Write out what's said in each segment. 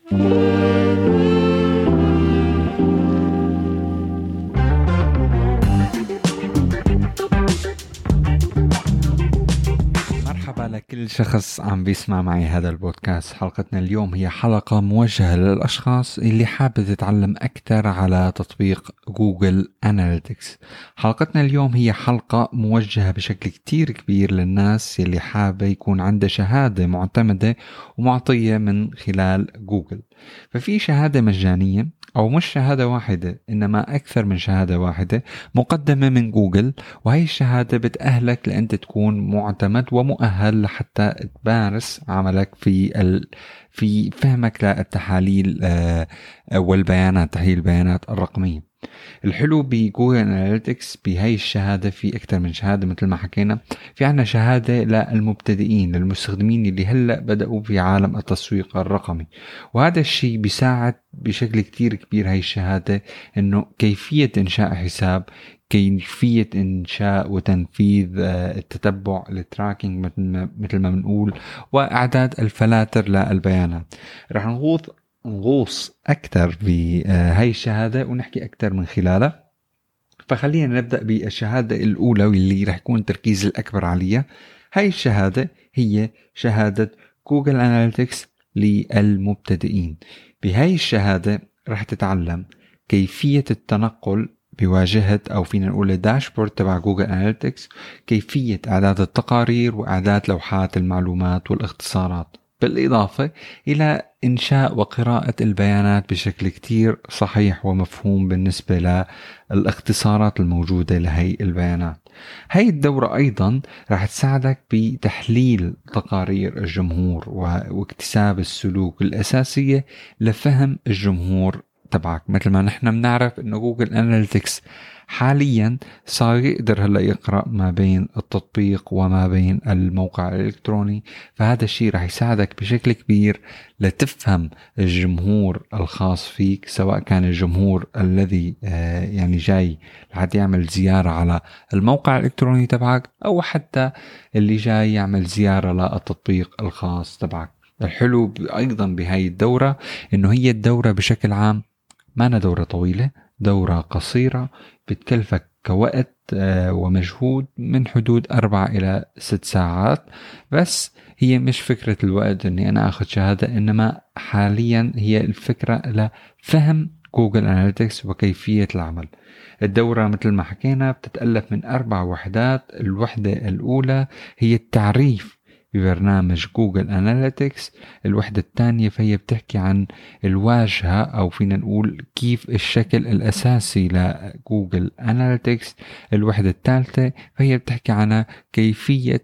مرحبا لكل شخص عم بيسمع معي هذا البودكاست. حلقتنا اليوم هي حلقة موجهة للأشخاص اللي حابة تتعلم أكثر على تطبيق جوجل أناليتكس. حلقتنا اليوم هي حلقة موجهة بشكل كتير كبير للناس اللي حابة يكون عنده شهادة معتمدة ومعطية من خلال جوجل. ففي شهادة مجانية، أو مش شهادة واحدة إنما أكثر من شهادة واحدة مقدمة من جوجل، وهي الشهادة بتأهلك لأنت تكون معتمد ومؤهل لحتى تمارس عملك في فهمك للتحاليل والبيانات، تحليل البيانات الرقمية. الحلو بجوجل أناليتكس بهاي الشهادة في أكثر من شهادة. مثل ما حكينا، في عنا شهادة للمبتدئين، للمستخدمين اللي هلأ بدأوا في عالم التسويق الرقمي، وهذا الشيء بيساعد بشكل كتير كبير هاي الشهادة إنه كيفية إنشاء حساب، كيفية إنشاء وتنفيذ التتبع، التراكينج مثل ما بنقول، وإعداد الفلاتر للبيانات. رح نغوص أكثر بهاي الشهادة ونحكي أكثر من خلالها. فخلينا نبدأ بالشهادة الأولى واللي رح يكون التركيز الأكبر عليها. هاي الشهادة هي شهادة جوجل أناليتكس للمبتدئين. بهاي الشهادة رح تتعلم كيفية التنقل بواجهة، أو فينا نقول الداشبورد تبع جوجل أناليتكس، كيفية إعداد التقارير وإعداد لوحات المعلومات والاختصارات، بالإضافة إلى إنشاء وقراءة البيانات بشكل كتير صحيح ومفهوم بالنسبة للاختصارات الموجودة لهي البيانات. هاي الدورة أيضا راح تساعدك بتحليل تقارير الجمهور واكتساب السلوك الأساسية لفهم الجمهور تبعك. مثل ما نحن بنعرف إنه جوجل أناليتكس حاليا صار يقدر هلا يقرأ ما بين التطبيق وما بين الموقع الإلكتروني، فهذا الشيء راح يساعدك بشكل كبير لتفهم الجمهور الخاص فيك، سواء كان الجمهور الذي يعني جاي لحد يعمل زيارة على الموقع الإلكتروني تبعك، أو حتى اللي جاي يعمل زيارة للتطبيق الخاص تبعك. الحلو أيضا بهاي الدورة إنه هي الدورة بشكل عام ما دورة طويلة، دورة قصيرة بتكلفك كوقت ومجهود من حدود 4 إلى 6 ساعات. بس هي مش فكرة الوقت أني أنا أخذ شهادة، إنما حاليا هي الفكرة لفهم جوجل أناليتكس وكيفية العمل. الدورة مثل ما حكينا بتتألف من 4 وحدات. الوحدة الأولى هي التعريف ببرنامج جوجل أناليتكس. الوحدة الثانية فهي بتحكي عن الواجهة، أو فينا نقول كيف الشكل الأساسي لجوجل أناليتكس. الوحدة الثالثة فهي بتحكي عن كيفية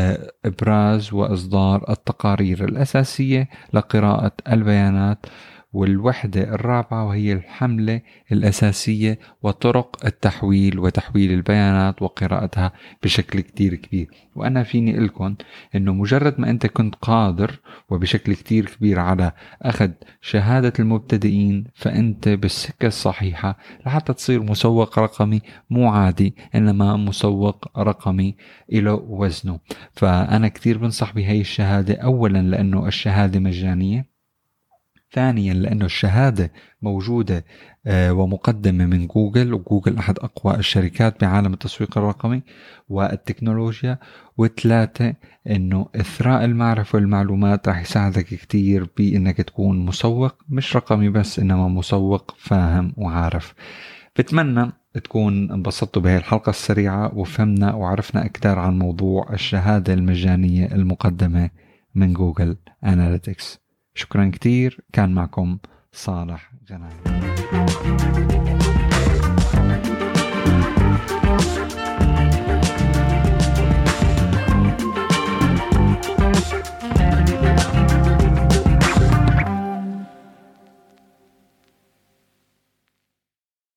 إبراز وإصدار التقارير الأساسية لقراءة البيانات. والوحدة الرابعة وهي الحملة الأساسية وطرق التحويل وتحويل البيانات وقراءتها بشكل كتير كبير. وأنا فيني لكم إنه مجرد ما أنت كنت قادر وبشكل كتير كبير على أخذ شهادة المبتدئين، فأنت بالسكة الصحيحة لحتى تصير مسوق رقمي، مو عادي إنما مسوق رقمي إله وزنه. فأنا كتير بنصح بهاي الشهادة، أولا لأنه الشهادة مجانية، ثانيا لأنه الشهادة موجودة ومقدمة من جوجل، وجوجل أحد أقوى الشركات بعالم التسويق الرقمي والتكنولوجيا. وثلاثة أنه إثراء المعرفة والمعلومات راح يساعدك كتير بأنك تكون مسوق مش رقمي بس، إنما مسوق فاهم وعارف. بتمنى تكون انبسطتوا بهذه الحلقة السريعة وفهمنا وعرفنا أكثر عن موضوع الشهادة المجانية المقدمة من جوجل أناليتكس. شكرا كتير، كان معكم صالح غنايم.